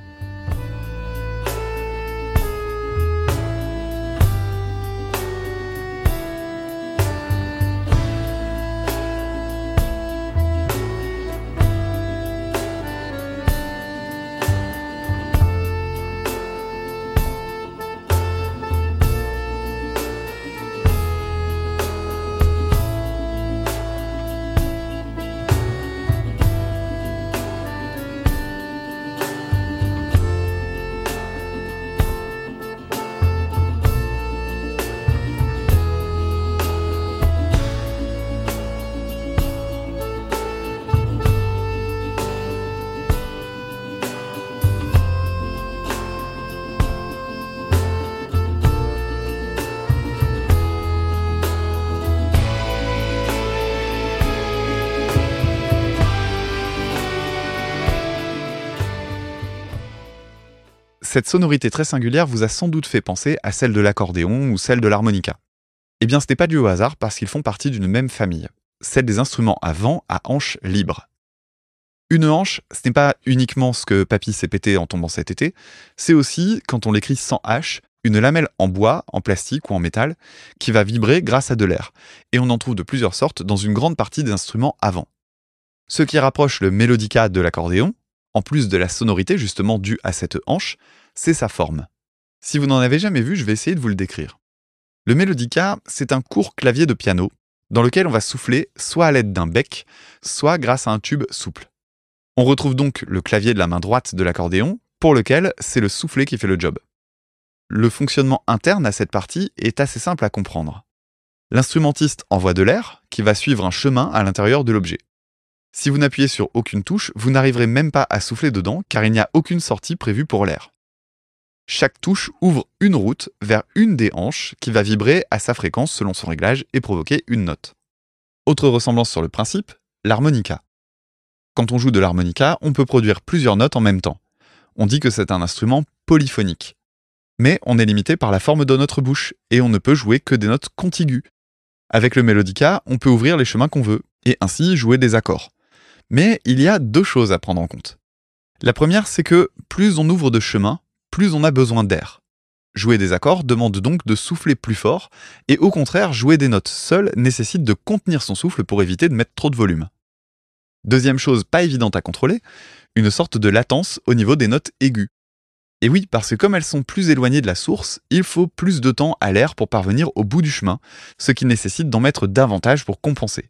Cette sonorité très singulière vous a sans doute fait penser à celle de l'accordéon ou celle de l'harmonica. Eh bien, ce n'est pas dû au hasard parce qu'ils font partie d'une même famille, celle des instruments à vent à hanches libres. Une hanche, ce n'est pas uniquement ce que papy s'est pété en tombant cet été, c'est aussi, quand on l'écrit sans H, une lamelle en bois, en plastique ou en métal, qui va vibrer grâce à de l'air, et on en trouve de plusieurs sortes dans une grande partie des instruments à vent. Ce qui rapproche le mélodica de l'accordéon, en plus de la sonorité justement due à cette hanche, c'est sa forme. Si vous n'en avez jamais vu, je vais essayer de vous le décrire. Le mélodica, c'est un court clavier de piano, dans lequel on va souffler soit à l'aide d'un bec, soit grâce à un tube souple. On retrouve donc le clavier de la main droite de l'accordéon, pour lequel c'est le soufflet qui fait le job. Le fonctionnement interne à cette partie est assez simple à comprendre. L'instrumentiste envoie de l'air, qui va suivre un chemin à l'intérieur de l'objet. Si vous n'appuyez sur aucune touche, vous n'arriverez même pas à souffler dedans, car il n'y a aucune sortie prévue pour l'air. Chaque touche ouvre une route vers une des hanches qui va vibrer à sa fréquence selon son réglage et provoquer une note. Autre ressemblance sur le principe, l'harmonica. Quand on joue de l'harmonica, on peut produire plusieurs notes en même temps. On dit que c'est un instrument polyphonique. Mais on est limité par la forme de notre bouche et on ne peut jouer que des notes contiguës. Avec le mélodica, on peut ouvrir les chemins qu'on veut et ainsi jouer des accords. Mais il y a deux choses à prendre en compte. La première, c'est que plus on ouvre de chemins, plus on a besoin d'air. Jouer des accords demande donc de souffler plus fort, et au contraire, jouer des notes seules nécessite de contenir son souffle pour éviter de mettre trop de volume. Deuxième chose pas évidente à contrôler, une sorte de latence au niveau des notes aiguës. Et oui, parce que comme elles sont plus éloignées de la source, il faut plus de temps à l'air pour parvenir au bout du chemin, ce qui nécessite d'en mettre davantage pour compenser.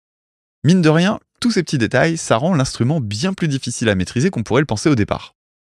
Mine de rien, tous ces petits détails, ça rend l'instrument bien plus difficile à maîtriser qu'on pourrait le penser au départ.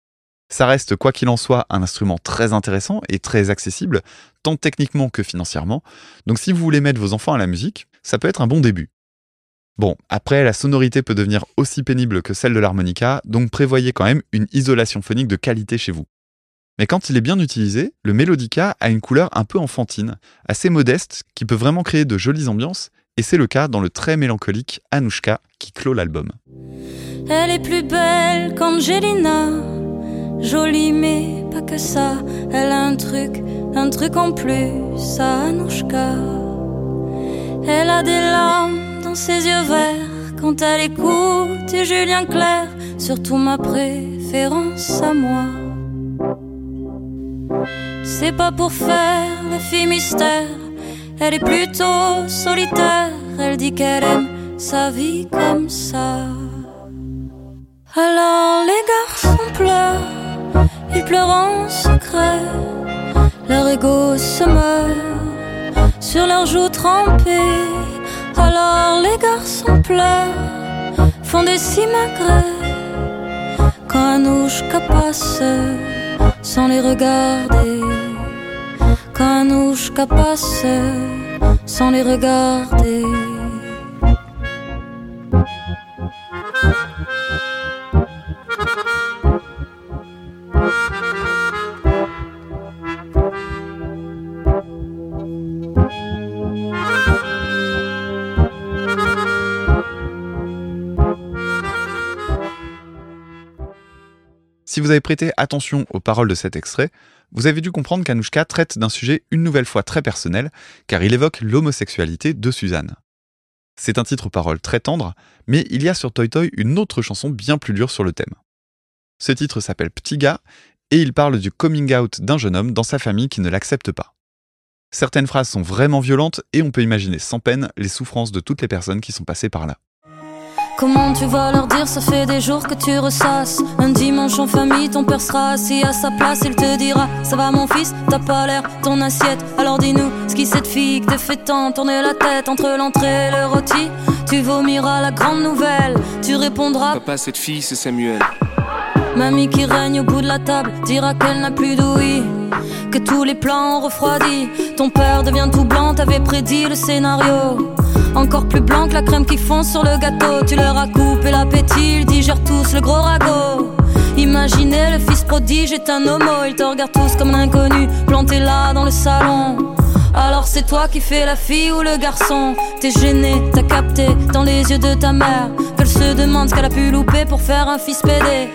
Ça reste, quoi qu'il en soit, un instrument très intéressant et très accessible, tant techniquement que financièrement, donc si vous voulez mettre vos enfants à la musique, ça peut être un bon début. Bon, après, la sonorité peut devenir aussi pénible que celle de l'harmonica, donc prévoyez quand même une isolation phonique de qualité chez vous. Mais quand il est bien utilisé, le mélodica a une couleur un peu enfantine, assez modeste, qui peut vraiment créer de jolies ambiances, et c'est le cas dans le très mélancolique Anouchka qui clôt l'album. Elle est plus belle qu'Angelina, jolie mais pas que ça. Elle a un truc, un truc en plus, Anouchka. Elle a des larmes dans ses yeux verts quand elle écoute et Julien Clerc, surtout ma préférence à moi. c'est pas pour faire la fille mystère. Elle est plutôt solitaire. Elle dit qu'elle aime sa vie comme ça. Alors les garçons pleurent, ils pleurent en secret. Leur ego se meurt sur leurs joues trempées. Alors les garçons pleurent, font des simagrées. Quand Anouchka passe, sans les regarder. Quand Anouchka passe, sans les regarder. Si vous avez prêté attention aux paroles de cet extrait, vous avez dû comprendre qu'Anouchka traite d'un sujet une nouvelle fois très personnel, car il évoque l'homosexualité de Suzanne. C'est un titre aux paroles très tendres, mais il y a sur Toy Toy une autre chanson bien plus dure sur le thème. Ce titre s'appelle Petit gars, et il parle du coming out d'un jeune homme dans sa famille qui ne l'accepte pas. Certaines phrases sont vraiment violentes, et on peut imaginer sans peine les souffrances de toutes les personnes qui sont passées par là. Comment tu vas leur dire, ça fait des jours que tu ressasses. Un dimanche en famille, ton père sera assis à sa place. Il te dira, ça va mon fils, t'as pas l'air ton assiette. Alors dis-nous, ce qui cette fille que te fait tant tourner la tête entre l'entrée et le rôti. Tu vomiras la grande nouvelle, tu répondras, papa, cette fille c'est Samuel. Mamie qui règne au bout de la table dira qu'elle n'a plus d'ouïe, que tous les plans ont refroidi. Ton père devient tout blanc, t'avais prédit le scénario. Encore plus blanc que la crème qui fond sur le gâteau. Tu leur as coupé l'appétit, ils digèrent tous le gros ragot. Imaginez le fils prodige est un homo. Ils te regardent tous comme un inconnu, planté là dans le salon. Alors c'est toi qui fais la fille ou le garçon. T'es gêné, t'as capté dans les yeux de ta mère qu'elle se demande ce qu'elle a pu louper pour faire un fils pédé.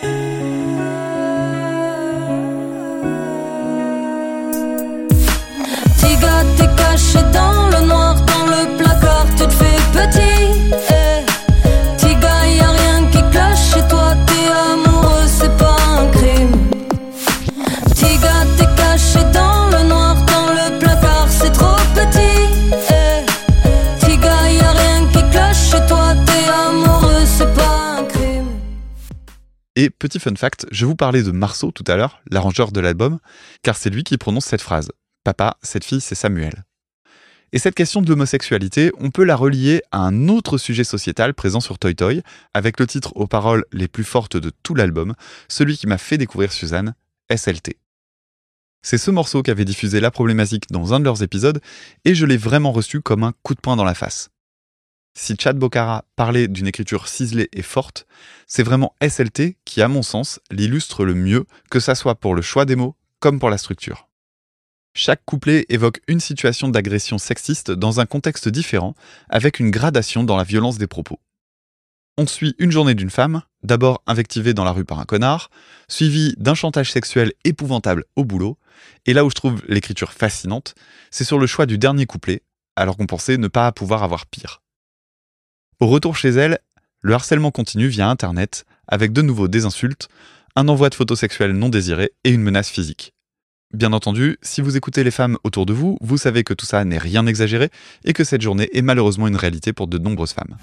Petit gars, t'es caché dans le noir, dans le placard, tu te fais petit. Eh. Petit gars, y'a rien qui cloche chez toi, t'es amoureux, c'est pas un crime. Petit gars, t'es caché dans le noir, dans le placard, c'est trop petit. Eh. Petit gars, y'a rien qui cloche chez toi, t'es amoureux, c'est pas un crime. Et petit fun fact, je vous parlais de Marceau tout à l'heure, l'arrangeur de l'album, car c'est lui qui prononce cette phrase. Papa, cette fille, c'est Samuel. Et cette question de l'homosexualité, on peut la relier à un autre sujet sociétal présent sur Toy Toy, avec le titre aux paroles les plus fortes de tout l'album, celui qui m'a fait découvrir Suzanne, S L T. C'est ce morceau qu'avait diffusé La Problématique dans un de leurs épisodes, et je l'ai vraiment reçu comme un coup de poing dans la face. Si Chad Bocara parlait d'une écriture ciselée et forte, c'est vraiment S L T qui, à mon sens, l'illustre le mieux, que ça soit pour le choix des mots comme pour la structure. Chaque couplet évoque une situation d'agression sexiste dans un contexte différent, avec une gradation dans la violence des propos. On suit une journée d'une femme, d'abord invectivée dans la rue par un connard, suivie d'un chantage sexuel épouvantable au boulot, et là où je trouve l'écriture fascinante, c'est sur le choix du dernier couplet, alors qu'on pensait ne pas pouvoir avoir pire. Au retour chez elle, le harcèlement continue via Internet, avec de nouveau des insultes, un envoi de photos sexuelles non désirées et une menace physique. Bien entendu, si vous écoutez les femmes autour de vous, vous savez que tout ça n'est rien exagéré et que cette journée est malheureusement une réalité pour de nombreuses femmes.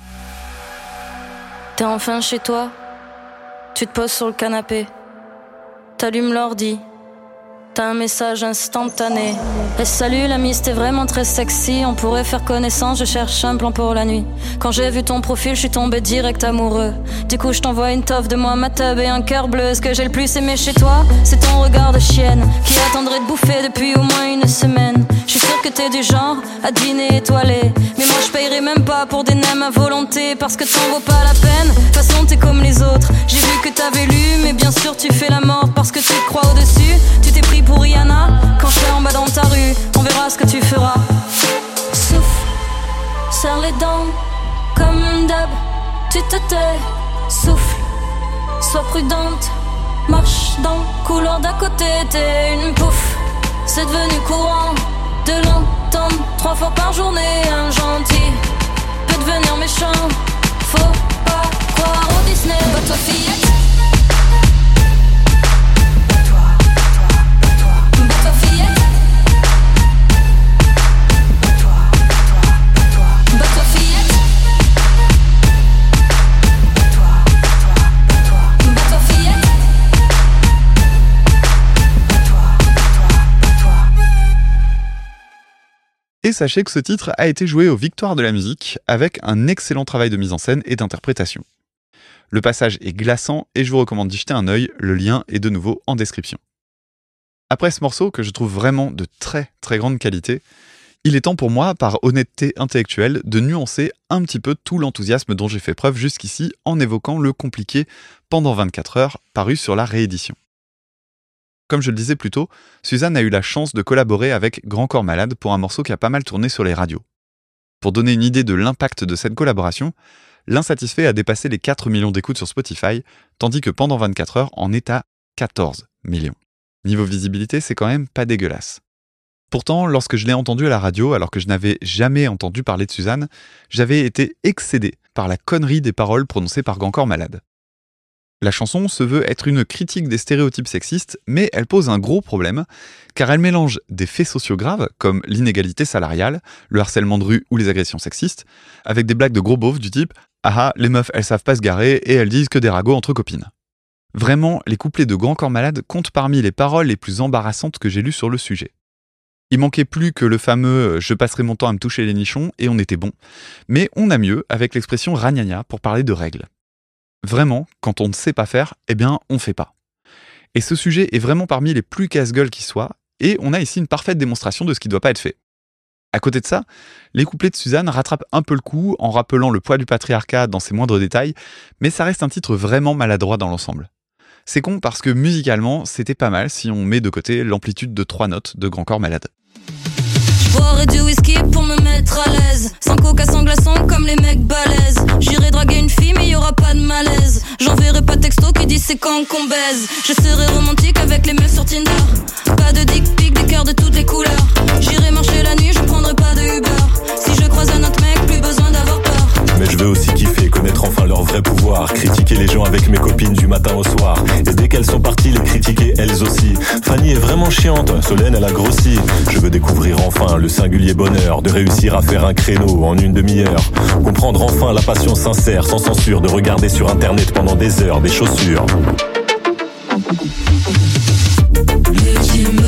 T'es enfin chez toi, tu te poses sur le canapé, t'allumes l'ordi, t'as un message instantané. Et salut l'ami, c'était vraiment très sexy, on pourrait faire connaissance, je cherche un plan pour la nuit. Quand j'ai vu ton profil, je suis tombé direct amoureux. Du coup je t'envoie une toffe de moi, ma tub et un cœur bleu. Ce que j'ai le plus aimé chez toi, c'est ton regard de chienne qui attendrait de bouffer depuis au moins une semaine. Je suis sûre que t'es du genre à dîner étoilé, mais moi je payerai même pas pour des nems à volonté, parce que t'en vaut pas la peine, de toute façon t'es comme les autres. J'ai vu que t'avais lu, mais bien sûr tu fais la morte parce que tu te crois au-dessus. Tu t'es pris pour Rihanna, quand je serai en bas dans ta rue, on verra ce que tu feras. Souffle, serre les dents, comme d'hab, tu te tais. Souffle, sois prudente, marche dans le couloir d'à côté. T'es une pouffe, c'est devenu courant de l'entendre trois fois par journée. Un gentil peut devenir méchant, faut pas croire au Disney. Bateau fillette, bateau fillette. Et sachez que ce titre a été joué aux Victoires de la musique avec un excellent travail de mise en scène et d'interprétation. Le passage est glaçant et je vous recommande d'y jeter un œil, le lien est de nouveau en description. Après ce morceau, que je trouve vraiment de très très grande qualité, il est temps pour moi, par honnêteté intellectuelle, de nuancer un petit peu tout l'enthousiasme dont j'ai fait preuve jusqu'ici en évoquant le compliqué Pendant vingt-quatre heures, paru sur la réédition. Comme je le disais plus tôt, Suzanne a eu la chance de collaborer avec Grand Corps Malade pour un morceau qui a pas mal tourné sur les radios. Pour donner une idée de l'impact de cette collaboration, L'Insatisfait a dépassé les quatre millions d'écoutes sur Spotify, tandis que Pendant vingt-quatre heures en est à quatorze millions. Niveau visibilité, c'est quand même pas dégueulasse. Pourtant, lorsque je l'ai entendu à la radio, alors que je n'avais jamais entendu parler de Suzanne, j'avais été excédé par la connerie des paroles prononcées par Grand Corps Malade. La chanson se veut être une critique des stéréotypes sexistes, mais elle pose un gros problème, car elle mélange des faits sociaux graves, comme l'inégalité salariale, le harcèlement de rue ou les agressions sexistes, avec des blagues de gros beaufs du type « Ah ah, les meufs, elles savent pas se garer et elles disent que des ragots entre copines ». Vraiment, les couplets de Grand Corps Malade comptent parmi les paroles les plus embarrassantes que j'ai lues sur le sujet. Il manquait plus que le fameux « je passerai mon temps à me toucher les nichons » et on était bon, mais on a mieux avec l'expression ragnagna pour parler de règles. Vraiment, quand on ne sait pas faire, eh bien, on fait pas. Et ce sujet est vraiment parmi les plus casse-gueule qui soient, et on a ici une parfaite démonstration de ce qui doit pas être fait. À côté de ça, les couplets de Suzanne rattrapent un peu le coup en rappelant le poids du patriarcat dans ses moindres détails, mais ça reste un titre vraiment maladroit dans l'ensemble. C'est con parce que musicalement, c'était pas mal si on met de côté l'amplitude de trois notes de Grand Corps Malade. Je boirai du whisky pour me mettre à l'aise, sans coca, sans glaçon comme les mecs balèzes. J'irai draguer une fille mais y aura pas de malaise. J'enverrai pas texto qui dit c'est quand qu'on baise. Je serai romantique avec les meufs sur Tinder. Pas de dick pic, des cœurs de toutes les couleurs. J'irai marcher la nuit, je prendrai pas de Uber. Si je croise un autre mec, plus besoin d'avoir peur. Mais je veux aussi kiffer, connaître enfin leur vrai pouvoir. Critiquer les gens avec mes copines du matin au soir. Et dès qu'elles sont parties, les critiquer elles aussi. Fanny est vraiment chiante, Solène elle a grossi. Je veux découvrir enfin le singulier bonheur de réussir à faire un créneau en une demi-heure. Comprendre enfin la passion sincère, sans censure, de regarder sur internet pendant des heures des chaussures. L'ultime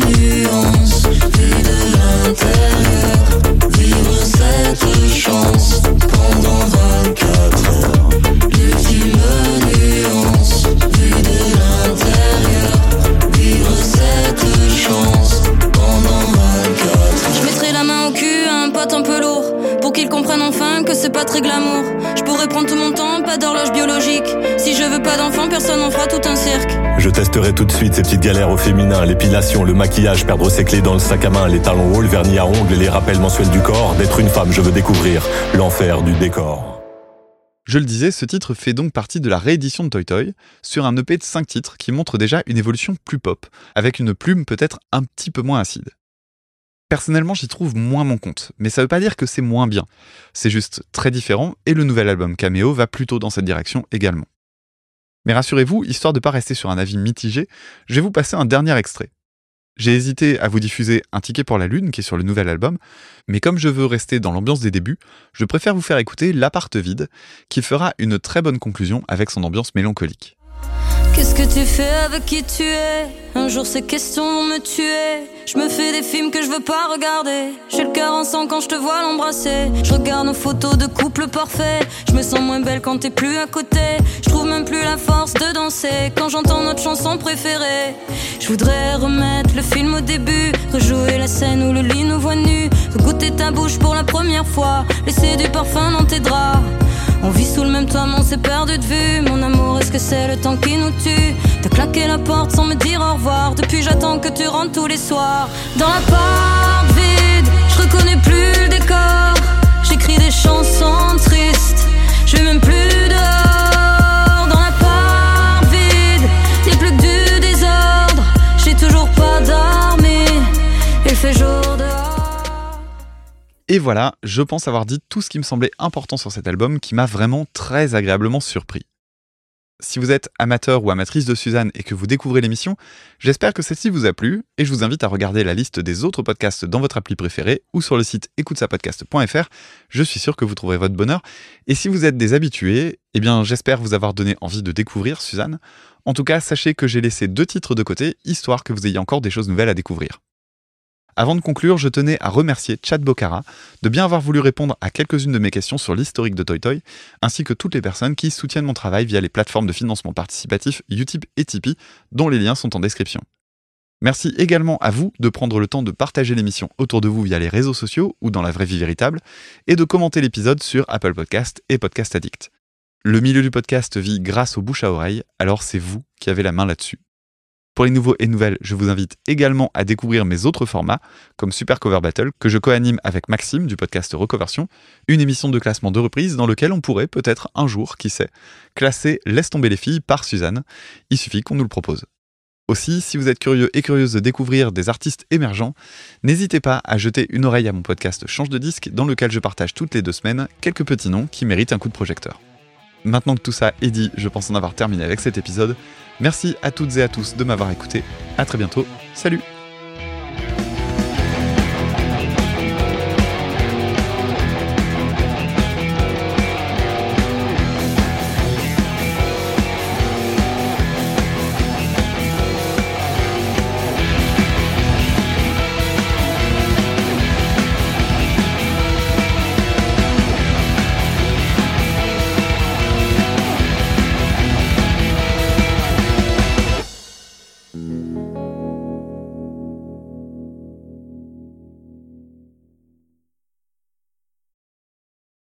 nuance, vue de l'intérieur, vivre cette chance pendant vingt-quatre heures. L'ultime nuance, vue de l'intérieur, vivre cette chance pendant vingt-quatre heures. Je mettrai la main au cul à un pote un peu lourd, pour qu'il comprenne enfin que c'est pas très glamour. Je pourrais prendre tout mon temps, pas d'horloge biologique. Si je veux pas d'enfant, personne en fera tout un cirque. Je testerai tout de suite ces petites galères au féminin. L'épilation, le maquillage, perdre ses clés dans le sac à main, les talons hauts, le vernis à ongles et les rappels mensuels du corps. D'être une femme, je veux découvrir l'enfer du décor. Je le disais, ce titre fait donc partie de la réédition de Toy Toy, sur un E P de cinq titres qui montre déjà une évolution plus pop, avec une plume peut-être un petit peu moins acide. Personnellement, j'y trouve moins mon compte, mais ça veut pas dire que c'est moins bien. C'est juste très différent, et le nouvel album Caméo va plutôt dans cette direction également. Mais rassurez-vous, histoire de pas rester sur un avis mitigé, je vais vous passer un dernier extrait. J'ai hésité à vous diffuser Un ticket pour la lune, qui est sur le nouvel album, mais comme je veux rester dans l'ambiance des débuts, je préfère vous faire écouter L'appart vide, qui fera une très bonne conclusion avec son ambiance mélancolique. Qu'est-ce que tu fais avec qui tu es? Un jour ces questions vont me tuer. Je me fais des films que je veux pas regarder. J'ai le cœur en sang quand je te vois l'embrasser. Je regarde nos photos de couple parfait. Je me sens moins belle quand t'es plus à côté. Je trouve même plus la force de danser quand j'entends notre chanson préférée. Je voudrais remettre le film au début, rejouer la scène où le lit nous voit nus, goûter ta bouche pour la première fois, laisser du parfum dans tes draps. On vit sous le même toit mais on s'est perdu de vue. Mon amour, est-ce que c'est le temps qui nous tue? T'as claqué la porte sans me dire au revoir. Depuis j'attends que tu rentres tous les soirs. Dans l'appart vide, je reconnais plus le décor. J'écris des chansons tristes, je vais même plus dehors. Dans l'appart vide, y'a plus que du désordre. J'ai toujours pas dormi, il fait jour dehors. Et voilà, je pense avoir dit tout ce qui me semblait important sur cet album qui m'a vraiment très agréablement surpris. Si vous êtes amateur ou amatrice de Suzanne et que vous découvrez l'émission, j'espère que celle-ci vous a plu et je vous invite à regarder la liste des autres podcasts dans votre appli préférée ou sur le site écoute ça podcast point f r. Je suis sûr que vous trouverez votre bonheur. Et si vous êtes des habitués, eh bien j'espère vous avoir donné envie de découvrir Suzanne. En tout cas, sachez que j'ai laissé deux titres de côté, histoire que vous ayez encore des choses nouvelles à découvrir. Avant de conclure, je tenais à remercier Chad Bocara de bien avoir voulu répondre à quelques-unes de mes questions sur l'historique de Toy Toy, ainsi que toutes les personnes qui soutiennent mon travail via les plateformes de financement participatif Utip et Tipeee, dont les liens sont en description. Merci également à vous de prendre le temps de partager l'émission autour de vous via les réseaux sociaux ou dans la vraie vie véritable, et de commenter l'épisode sur Apple Podcast et Podcast Addict. Le milieu du podcast vit grâce au bouche à oreille, alors c'est vous qui avez la main là-dessus. Pour les nouveaux et nouvelles, je vous invite également à découvrir mes autres formats, comme Super Cover Battle, que je co-anime avec Maxime du podcast Recoversion, une émission de classement de reprise dans lequel on pourrait peut-être un jour, qui sait, classer Laisse tomber les filles par Suzanne. Il suffit qu'on nous le propose. Aussi, si vous êtes curieux et curieuse de découvrir des artistes émergents, n'hésitez pas à jeter une oreille à mon podcast Change de disque, dans lequel je partage toutes les deux semaines quelques petits noms qui méritent un coup de projecteur. Maintenant que tout ça est dit, je pense en avoir terminé avec cet épisode. Merci à toutes et à tous de m'avoir écouté. À très bientôt. Salut!